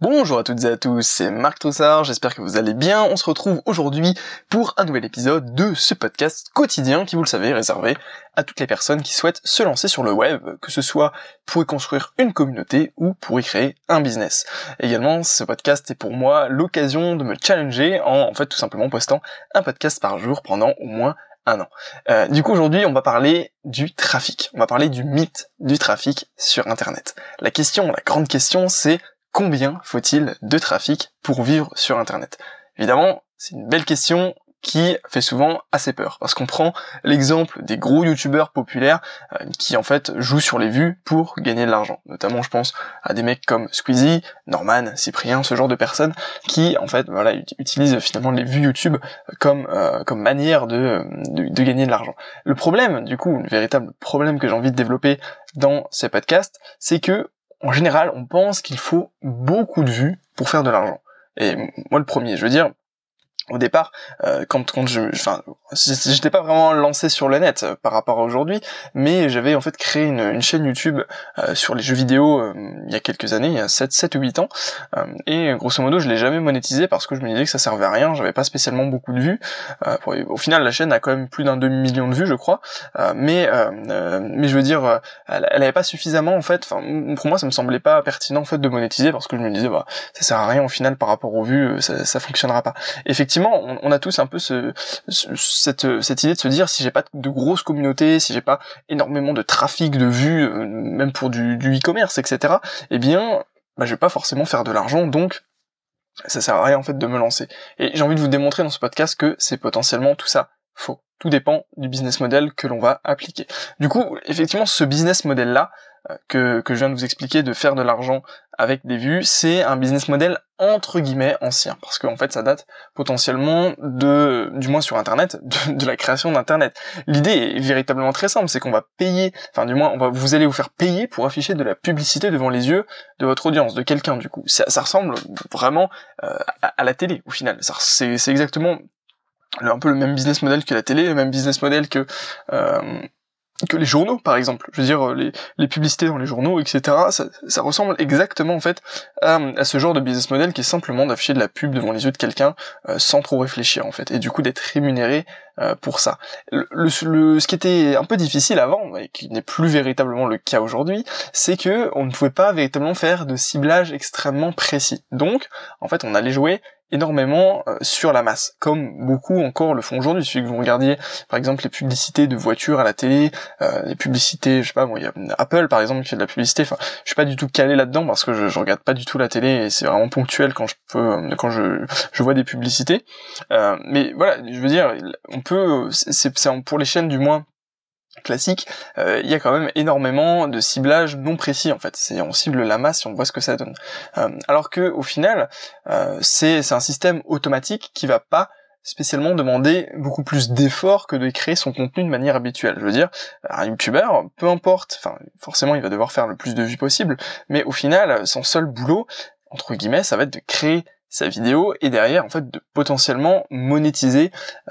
Bonjour à toutes et à tous, c'est Marc Troussard, j'espère que vous allez bien. On se retrouve aujourd'hui pour un nouvel épisode de ce podcast quotidien qui, vous le savez, est réservé à toutes les personnes qui souhaitent se lancer sur le web, que ce soit pour y construire une communauté ou pour y créer un business. Également, ce podcast est pour moi l'occasion de me challenger en fait tout simplement postant un podcast par jour pendant au moins un an. Du coup, aujourd'hui, on va parler du trafic. On va parler du mythe du trafic sur Internet. La grande question, c'est combien faut-il de trafic pour vivre sur Internet? Évidemment, c'est une belle question qui fait souvent assez peur, parce qu'on prend l'exemple des gros youtubeurs populaires qui en fait jouent sur les vues pour gagner de l'argent. Notamment, je pense à des mecs comme Squeezie, Norman, Cyprien, ce genre de personnes qui en fait utilisent finalement les vues YouTube comme manière de gagner de l'argent. Le problème, du coup, le véritable problème que j'ai envie de développer dans ces podcasts, c'est que en général, on pense qu'il faut beaucoup de vues pour faire de l'argent. Et moi, le premier, je veux dire, au départ, j'étais pas vraiment lancé sur le net par rapport à aujourd'hui, mais j'avais en fait créé une chaîne YouTube sur les jeux vidéo il y a quelques années, il y a 7 ou 8 ans, et grosso modo je l'ai jamais monétisé parce que je me disais que ça servait à rien, j'avais pas spécialement beaucoup de vues. Au final la chaîne a quand même plus d'un demi-million de vues je crois, mais je veux dire, elle avait pas suffisamment en fait, pour moi ça me semblait pas pertinent en fait de monétiser parce que je me disais ça sert à rien au final par rapport aux vues, ça fonctionnera pas. Effectivement, on a tous un peu cette idée de se dire, si j'ai pas de grosse communauté, si j'ai pas énormément de trafic, de vues, même pour du e-commerce, etc., eh bien, je vais pas forcément faire de l'argent, donc ça sert à rien en fait de me lancer. Et j'ai envie de vous démontrer dans ce podcast que c'est potentiellement tout ça faux. Tout dépend du business model que l'on va appliquer. Du coup, effectivement, ce business model-là, que je viens de vous expliquer, de faire de l'argent avec des vues, c'est un business model entre guillemets ancien, parce qu'en fait ça date potentiellement du moins sur Internet, de la création d'Internet. L'idée est véritablement très simple, c'est qu'on va payer, vous allez vous faire payer pour afficher de la publicité devant les yeux de votre audience, de quelqu'un du coup. Ça ressemble vraiment à la télé au final. C'est exactement un peu le même business model que la télé, le même business model que les journaux, par exemple. Je veux dire, les publicités dans les journaux, etc., ça ressemble exactement, en fait, à ce genre de business model qui est simplement d'afficher de la pub devant les yeux de quelqu'un sans trop réfléchir, en fait, et du coup d'être rémunéré pour ça. Ce qui était un peu difficile avant, et qui n'est plus véritablement le cas aujourd'hui, c'est que on ne pouvait pas véritablement faire de ciblage extrêmement précis. Donc, en fait, on allait jouer énormément sur la masse, comme beaucoup encore le font aujourd'hui. Il suffit que vous regardiez par exemple les publicités de voitures à la télé, les publicités, je sais pas moi, il y a Apple par exemple qui fait de la publicité. Enfin, je suis pas du tout calé là-dedans parce que je regarde pas du tout la télé et c'est vraiment ponctuel quand je vois des publicités. Mais voilà, je veux dire, on peut, c'est pour les chaînes du moins classique, il y a quand même énormément de ciblage non précis en fait. On cible la masse et on voit ce que ça donne. Alors que au final, c'est un système automatique qui va pas spécialement demander beaucoup plus d'efforts que de créer son contenu de manière habituelle. Je veux dire, un youtubeur, peu importe, forcément il va devoir faire le plus de vues possible, mais au final, son seul boulot, entre guillemets, ça va être de créer sa vidéo et derrière en fait de potentiellement monétiser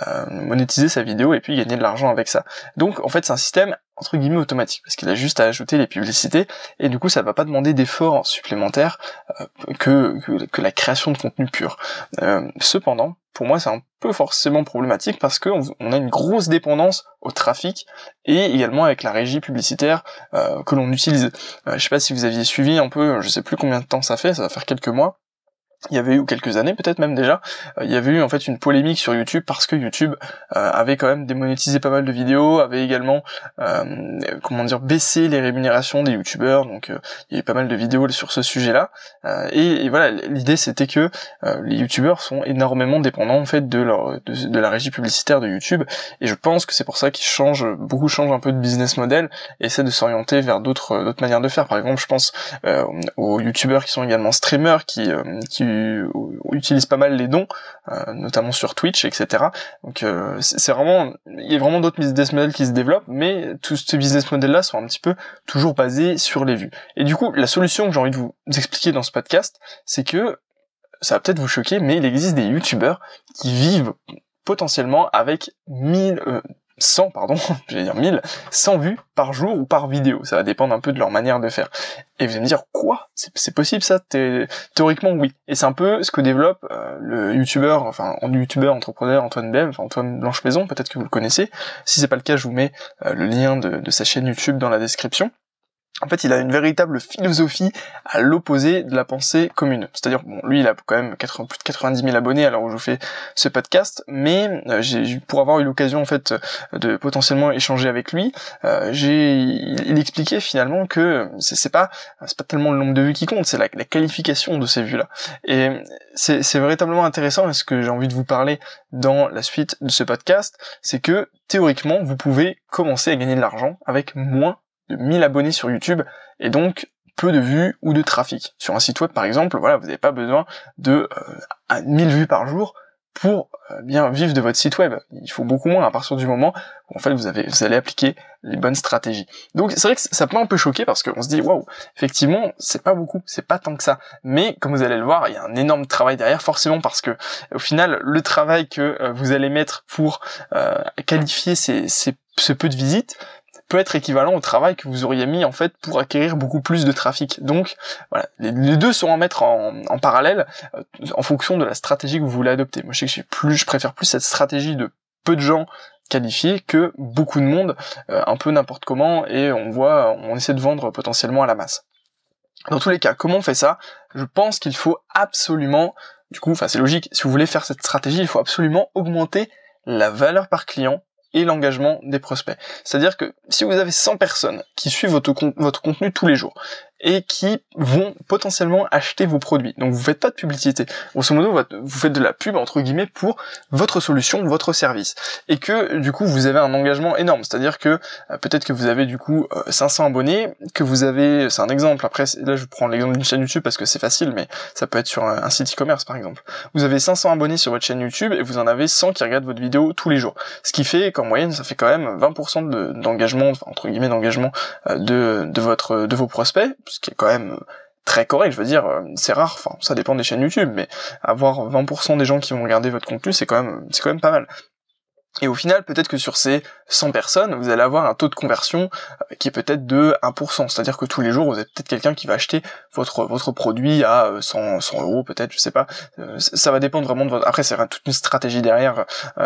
sa vidéo et puis gagner de l'argent avec ça. Donc en fait c'est un système entre guillemets automatique parce qu'il a juste à ajouter les publicités et du coup ça va pas demander d'efforts supplémentaires que la création de contenu pur. Cependant pour moi c'est un peu forcément problématique parce que on a une grosse dépendance au trafic et également avec la régie publicitaire que l'on utilise. Je sais pas si vous aviez suivi un peu, je sais plus combien de temps ça va faire quelques mois. Il y avait eu quelques années peut-être même déjà, il y avait eu en fait une polémique sur YouTube parce que YouTube avait quand même démonétisé pas mal de vidéos, avait également baissé les rémunérations des youtubeurs, donc il y avait pas mal de vidéos sur ce sujet-là, et voilà, l'idée c'était que les youtubeurs sont énormément dépendants en fait de la régie publicitaire de YouTube, et je pense que c'est pour ça qu'ils changent un peu de business model et essaient de s'orienter vers d'autres manières de faire. Par exemple, je pense aux youtubeurs qui sont également streamers qui utilisent pas mal les dons, notamment sur Twitch, etc. Donc il y a vraiment d'autres business models qui se développent, mais tous ces business models-là sont un petit peu toujours basés sur les vues. Et du coup, la solution que j'ai envie de vous expliquer dans ce podcast, c'est que, ça va peut-être vous choquer, mais il existe des youtubeurs qui vivent potentiellement avec 100, pardon, j'allais dire 1000, 100 vues par jour ou par vidéo. Ça va dépendre un peu de leur manière de faire. Et vous allez me dire, quoi? C'est possible ça? Théoriquement, oui. Et c'est un peu ce que développe le youtubeur, entrepreneur Antoine Blanche-Maison, peut-être que vous le connaissez. Si c'est pas le cas, je vous mets le lien de sa chaîne YouTube dans la description. En fait, il a une véritable philosophie à l'opposé de la pensée commune. C'est-à-dire, bon, lui, il a quand même plus de 90 000 abonnés à l'heure où je vous fais ce podcast, mais pour avoir eu l'occasion, en fait, de potentiellement échanger avec lui, il expliquait finalement que c'est pas tellement le nombre de vues qui compte, c'est la qualification de ces vues-là. Et c'est véritablement intéressant, et ce que j'ai envie de vous parler dans la suite de ce podcast, c'est que, théoriquement, vous pouvez commencer à gagner de l'argent avec moins de 1000 abonnés sur YouTube et donc peu de vues ou de trafic. Sur un site web par exemple, voilà, vous n'avez pas besoin de 1000 vues par jour pour bien vivre de votre site web. Il faut beaucoup moins à partir du moment où en fait vous allez appliquer les bonnes stratégies. Donc c'est vrai que ça peut un peu choquer parce qu'on se dit waouh, effectivement, c'est pas beaucoup, c'est pas tant que ça. Mais comme vous allez le voir, il y a un énorme travail derrière forcément parce que au final, le travail que vous allez mettre pour qualifier ce peu de visites peut être équivalent au travail que vous auriez mis en fait pour acquérir beaucoup plus de trafic. Donc voilà, les deux sont à mettre en parallèle en fonction de la stratégie que vous voulez adopter. Moi je sais que je préfère plus cette stratégie de peu de gens qualifiés que beaucoup de monde un peu n'importe comment et on essaie de vendre potentiellement à la masse. Dans tous les cas, comment on fait ça? Je pense qu'il faut absolument, c'est logique, si vous voulez faire cette stratégie, il faut absolument augmenter la valeur par client et l'engagement des prospects. C'est-à-dire que si vous avez 100 personnes qui suivent votre contenu tous les jours et qui vont potentiellement acheter vos produits, donc vous faites pas de publicité, grosso modo vous faites de la pub entre guillemets pour votre solution, votre service, et que du coup vous avez un engagement énorme, c'est-à-dire que peut-être que vous avez du coup 500 abonnés, que vous avez, c'est un exemple, après là je prends l'exemple d'une chaîne YouTube parce que c'est facile, mais ça peut être sur un site e-commerce par exemple. Vous avez 500 abonnés sur votre chaîne YouTube et vous en avez 100 qui regardent votre vidéo tous les jours, ce qui fait qu'en moyenne ça fait quand même 20% d'engagement, entre guillemets d'engagement de vos prospects, ce qui est quand même très correct, je veux dire, c'est rare, ça dépend des chaînes YouTube, mais avoir 20% des gens qui vont regarder votre contenu, c'est quand même pas mal. Et au final, peut-être que sur ces 100 personnes, vous allez avoir un taux de conversion qui est peut-être de 1%, c'est-à-dire que tous les jours, vous avez peut-être quelqu'un qui va acheter votre produit à 100 euros, peut-être, je sais pas. Ça va dépendre vraiment de votre... Après, c'est toute une stratégie derrière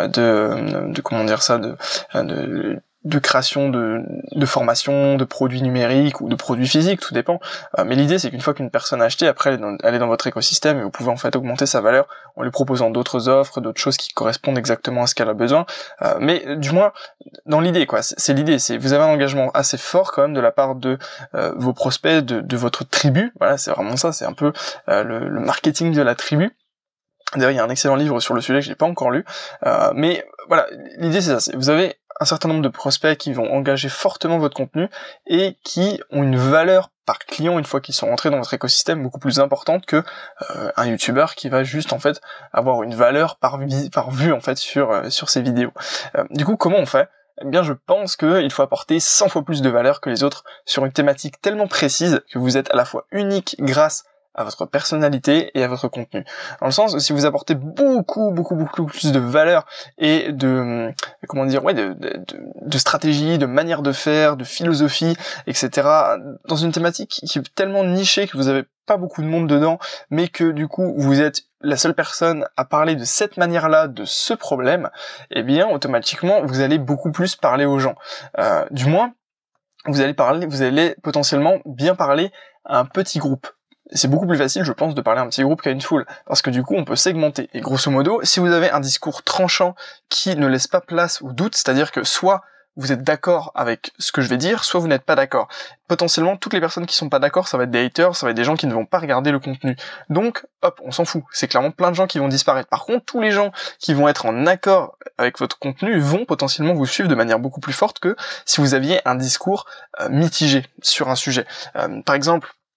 de création de formation, de produits numériques ou de produits physiques, tout dépend. Mais l'idée, c'est qu'une fois qu'une personne a acheté, après, elle est dans votre écosystème et vous pouvez en fait augmenter sa valeur en lui proposant d'autres offres, d'autres choses qui correspondent exactement à ce qu'elle a besoin. Mais du moins, dans l'idée, quoi, c'est l'idée. Vous avez un engagement assez fort quand même de la part de vos prospects, de votre tribu. Voilà, c'est vraiment ça. C'est un peu le marketing de la tribu. D'ailleurs, il y a un excellent livre sur le sujet que j'ai pas encore lu. Mais voilà, l'idée c'est ça. Vous avez un certain nombre de prospects qui vont engager fortement votre contenu et qui ont une valeur par client une fois qu'ils sont rentrés dans votre écosystème beaucoup plus importante que un youtubeur qui va juste en fait avoir une valeur par vue en fait sur ses vidéos. Du coup, comment on fait? Eh bien, je pense qu'il faut apporter 100 fois plus de valeur que les autres sur une thématique tellement précise que vous êtes à la fois unique grâce à votre personnalité et à votre contenu. Dans le sens où si vous apportez beaucoup plus de valeur et de stratégie, de manière de faire, de philosophie, etc. dans une thématique qui est tellement nichée que vous avez pas beaucoup de monde dedans, mais que du coup vous êtes la seule personne à parler de cette manière-là de ce problème, eh bien automatiquement vous allez beaucoup plus parler aux gens. Du moins, vous allez potentiellement bien parler à un petit groupe. C'est beaucoup plus facile, je pense, de parler à un petit groupe qu'à une foule, parce que du coup, on peut segmenter. Et grosso modo, si vous avez un discours tranchant qui ne laisse pas place au doute, c'est-à-dire que soit vous êtes d'accord avec ce que je vais dire, soit vous n'êtes pas d'accord. Potentiellement, toutes les personnes qui sont pas d'accord, ça va être des haters, ça va être des gens qui ne vont pas regarder le contenu. Donc, hop, on s'en fout. C'est clairement plein de gens qui vont disparaître. Par contre, tous les gens qui vont être en accord avec votre contenu vont potentiellement vous suivre de manière beaucoup plus forte que si vous aviez un discours mitigé sur un sujet. Par exemple,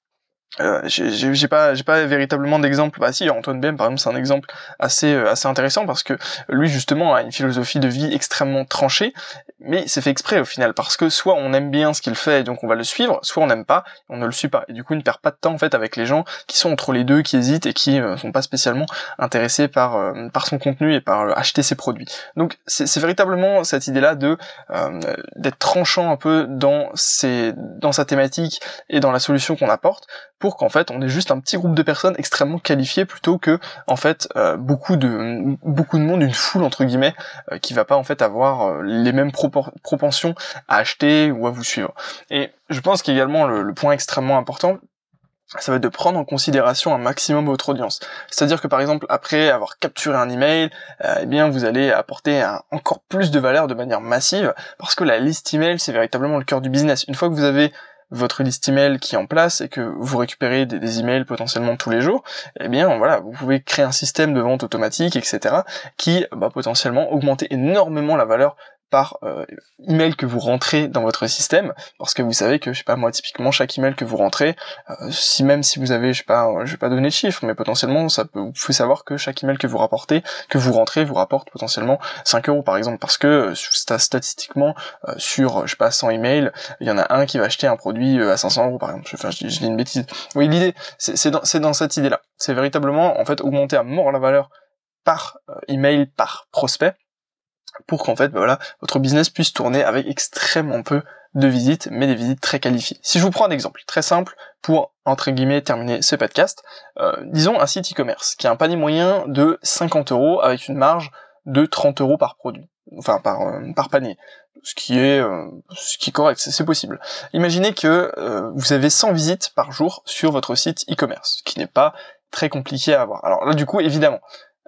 J'ai pas véritablement d'exemple. Bah si, Antoine BM par exemple, c'est un exemple assez intéressant parce que lui justement a une philosophie de vie extrêmement tranchée, mais c'est fait exprès au final parce que soit on aime bien ce qu'il fait et donc on va le suivre, soit on n'aime pas, on ne le suit pas. Et du coup, il ne perd pas de temps en fait avec les gens qui sont entre les deux, qui hésitent et qui sont pas spécialement intéressés par son contenu et par acheter ses produits. Donc c'est véritablement cette idée-là de d'être tranchant un peu dans sa thématique et dans la solution qu'on apporte, pour qu'en fait on ait juste un petit groupe de personnes extrêmement qualifiées plutôt que en fait beaucoup de monde, une foule entre guillemets qui va pas en fait avoir les mêmes propensions à acheter ou à vous suivre. Et je pense qu'également le point extrêmement important, ça va être de prendre en considération un maximum votre audience. C'est-à-dire que par exemple, après avoir capturé un email, eh bien vous allez apporter encore plus de valeur de manière massive, parce que la liste email, c'est véritablement le cœur du business. Une fois que vous avez votre liste email qui est en place et que vous récupérez des emails potentiellement tous les jours, eh bien voilà, vous pouvez créer un système de vente automatique, etc., qui va potentiellement augmenter énormément la valeur par email que vous rentrez dans votre système, parce que vous savez que, je sais pas moi, typiquement chaque email que vous rentrez, si vous avez, je sais pas, je vais pas donner de chiffres, mais potentiellement vous pouvez savoir que chaque email que vous rentrez vous rapporte potentiellement 5 euros par exemple, parce que statistiquement sur, je sais pas, 100 emails, il y en a un qui va acheter un produit à 500 euros par exemple. Je dis une bêtise. Oui, l'idée, c'est dans cette idée-là. C'est véritablement en fait augmenter à mort la valeur par email, par prospect, pour qu'en fait, voilà, votre business puisse tourner avec extrêmement peu de visites, mais des visites très qualifiées. Si je vous prends un exemple très simple pour, entre guillemets, terminer ce podcast, disons un site e-commerce qui a un panier moyen de 50 euros avec une marge de 30 euros par produit, enfin par panier, ce qui est correct, c'est possible. Imaginez que vous avez 100 visites par jour sur votre site e-commerce, ce qui n'est pas très compliqué à avoir. Alors là, du coup, évidemment,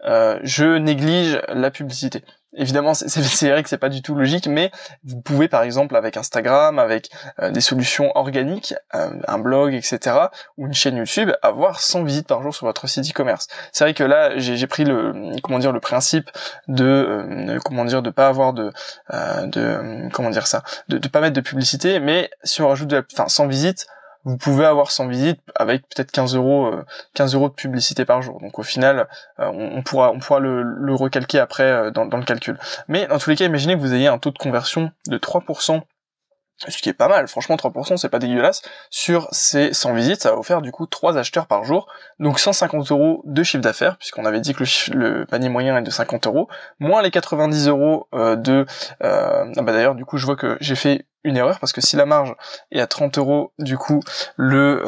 je néglige la publicité. Évidemment, c'est vrai que c'est pas du tout logique, mais vous pouvez par exemple avec Instagram, avec des solutions organiques, un blog, etc., ou une chaîne YouTube, avoir 100 visites par jour sur votre site e-commerce. C'est vrai que là, j'ai pris le principe de pas avoir de pas mettre de publicité, mais si on rajoute 100 visites, vous pouvez avoir 100 visites avec peut-être 15 euros de publicité par jour. Donc au final, on pourra le recalquer après dans le calcul. Mais dans tous les cas, imaginez que vous ayez un taux de conversion de 3%, ce qui est pas mal. Franchement, 3%, c'est pas dégueulasse. Sur ces 100 visites, ça va vous faire du coup 3 acheteurs par jour. Donc 150 euros de chiffre d'affaires, puisqu'on avait dit que le panier moyen est de 50 euros, moins les 90 euros d'ailleurs, du coup, je vois que j'ai fait une erreur, parce que si la marge est à 30 euros, du coup, les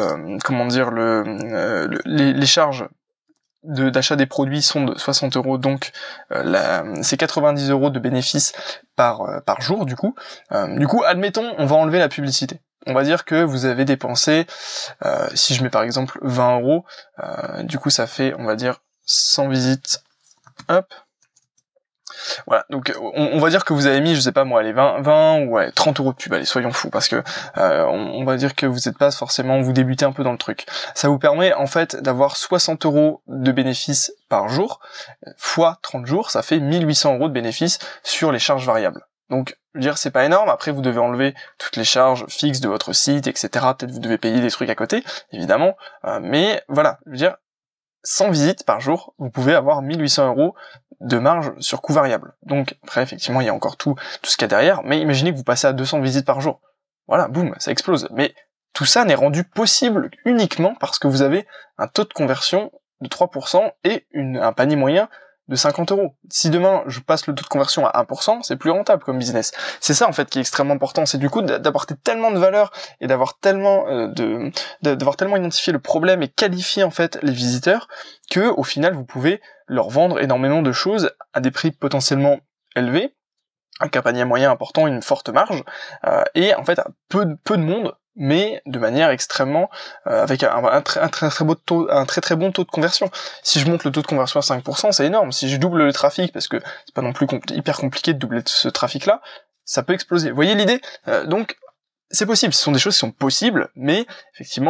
charges d'achat des produits sont de 60 euros, donc c'est 90 euros de bénéfices par jour, du coup. Admettons, on va enlever la publicité. On va dire que vous avez dépensé, si je mets par exemple 20 euros, du coup ça fait, on va dire, 100 visites, hop. Voilà, donc on va dire que vous avez mis, je sais pas moi, allez, 20 ou 30 euros de pub, allez, soyons fous, parce que on va dire que vous n'êtes pas forcément, vous débutez un peu dans le truc. Ça vous permet en fait d'avoir 60 euros de bénéfices par jour, fois 30 jours, ça fait 1800 euros de bénéfices sur les charges variables. Donc, je veux dire, c'est pas énorme, après vous devez enlever toutes les charges fixes de votre site, etc. Peut-être vous devez payer des trucs à côté, évidemment, mais voilà, je veux dire, 100 visites par jour, vous pouvez avoir 1800 euros de marge sur coût variable. Donc après, effectivement, il y a encore tout ce qu'il y a derrière, mais imaginez que vous passez à 200 visites par jour. Voilà, boum, ça explose. Mais tout ça n'est rendu possible uniquement parce que vous avez un taux de conversion de 3% et un panier moyen de 50 euros. Si demain je passe le taux de conversion à 1%, c'est plus rentable comme business. C'est ça en fait qui est extrêmement important, c'est du coup d'apporter tellement de valeur et d'avoir tellement identifié le problème et qualifié en fait les visiteurs que au final vous pouvez leur vendre énormément de choses à des prix potentiellement élevés, avec un panier moyen important, une forte marge, et en fait peu de monde, mais de manière extrêmement avec un très bon taux de conversion. Si je monte le taux de conversion à 5%, c'est énorme. Si je double le trafic, parce que c'est pas non plus hyper compliqué de doubler ce trafic-là, ça peut exploser. Vous voyez l'idée ? Donc c'est possible, ce sont des choses qui sont possibles, mais effectivement,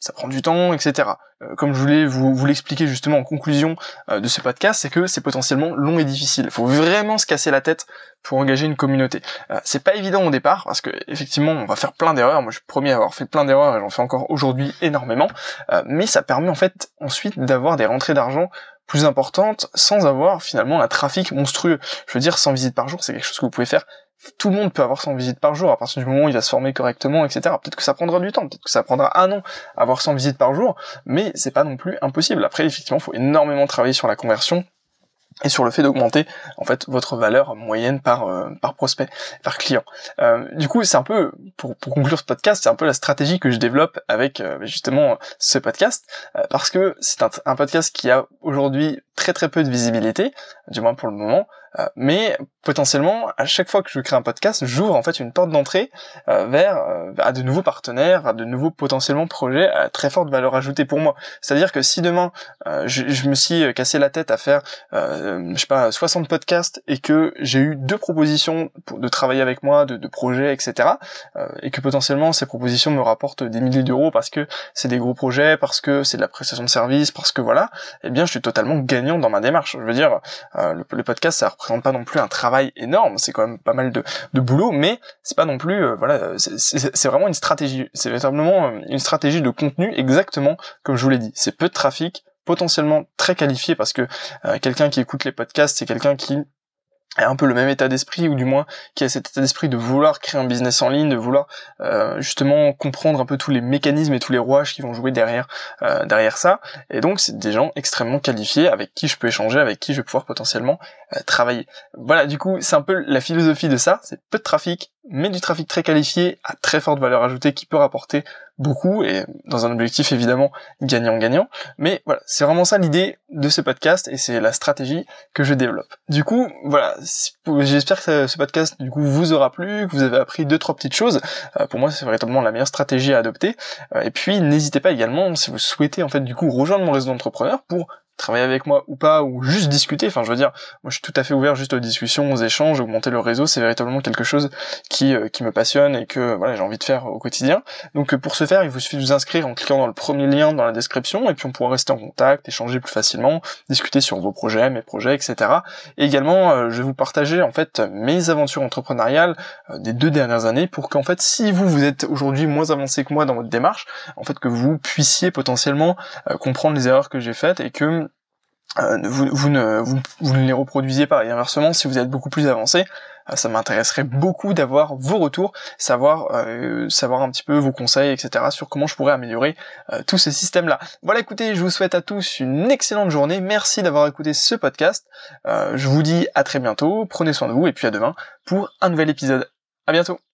ça prend du temps, etc. Comme je voulais vous l'expliquer justement en conclusion de ce podcast, c'est que c'est potentiellement long et difficile. Il faut vraiment se casser la tête pour engager une communauté. C'est pas évident au départ, parce que effectivement on va faire plein d'erreurs. Moi je suis le premier à avoir fait plein d'erreurs et j'en fais encore aujourd'hui énormément, mais ça permet en fait ensuite d'avoir des rentrées d'argent plus importantes sans avoir finalement un trafic monstrueux. Je veux dire, 100 visites par jour, c'est quelque chose que vous pouvez faire. Tout le monde peut avoir 100 visites par jour à partir du moment où il va se former correctement, etc. Peut-être que ça prendra du temps, peut-être que ça prendra un an à avoir 100 visites par jour, mais c'est pas non plus impossible. Après, effectivement, il faut énormément travailler sur la conversion et sur le fait d'augmenter en fait votre valeur moyenne par prospect, par client. Du coup, c'est un peu pour conclure ce podcast, c'est un peu la stratégie que je développe avec justement ce podcast, parce que c'est un podcast qui a aujourd'hui très très peu de visibilité, du moins pour le moment, mais potentiellement à chaque fois que je crée un podcast, j'ouvre en fait une porte d'entrée vers à de nouveaux partenaires, à de nouveaux potentiellement projets à très forte valeur ajoutée pour moi. C'est-à-dire que si demain je me suis cassé la tête à faire je sais pas 60 podcasts et que j'ai eu 2 propositions de travailler avec moi, de projets, etc. Et que potentiellement ces propositions me rapportent des milliers d'euros parce que c'est des gros projets, parce que c'est de la prestation de service, parce que voilà, eh bien je suis totalement gagnant dans ma démarche. Je veux dire, le podcast ça représente pas non plus un travail énorme, c'est quand même pas mal de boulot, mais c'est pas non plus voilà, c'est vraiment une stratégie, c'est véritablement une stratégie de contenu exactement comme je vous l'ai dit. C'est peu de trafic, potentiellement très qualifié parce que quelqu'un qui écoute les podcasts, c'est quelqu'un qui a un peu le même état d'esprit, ou du moins qui a cet état d'esprit de vouloir créer un business en ligne, de vouloir justement comprendre un peu tous les mécanismes et tous les rouages qui vont jouer derrière ça, et donc c'est des gens extrêmement qualifiés avec qui je peux échanger, avec qui je vais pouvoir potentiellement travailler. Voilà, du coup c'est un peu la philosophie de ça, c'est peu de trafic, mais du trafic très qualifié à très forte valeur ajoutée qui peut rapporter beaucoup, et dans un objectif évidemment gagnant-gagnant, mais voilà, c'est vraiment ça l'idée de ce podcast, et c'est la stratégie que je développe. Du coup, voilà, j'espère que ce podcast du coup vous aura plu, que vous avez appris 2-3 petites choses. Pour moi c'est véritablement la meilleure stratégie à adopter, et puis n'hésitez pas également, si vous souhaitez en fait du coup rejoindre mon réseau d'entrepreneurs pour travailler avec moi ou pas, ou juste discuter, enfin je veux dire, moi je suis tout à fait ouvert juste aux discussions, aux échanges, augmenter le réseau, c'est véritablement quelque chose qui me passionne et que voilà j'ai envie de faire au quotidien. Donc pour ce faire, il vous suffit de vous inscrire en cliquant dans le premier lien dans la description, et puis on pourra rester en contact, échanger plus facilement, discuter sur vos projets, mes projets, etc. Et également, je vais vous partager en fait mes aventures entrepreneuriales des 2 dernières années, pour qu'en fait si vous êtes aujourd'hui moins avancé que moi dans votre démarche, en fait que vous puissiez potentiellement comprendre les erreurs que j'ai faites et que vous ne les reproduisiez pas. Et inversement, si vous êtes beaucoup plus avancé, ça m'intéresserait beaucoup d'avoir vos retours, savoir un petit peu vos conseils, etc. sur comment je pourrais améliorer tout ce système-là. Voilà, écoutez, je vous souhaite à tous une excellente journée. Merci d'avoir écouté ce podcast. Je vous dis à très bientôt. Prenez soin de vous et puis à demain pour un nouvel épisode. À bientôt.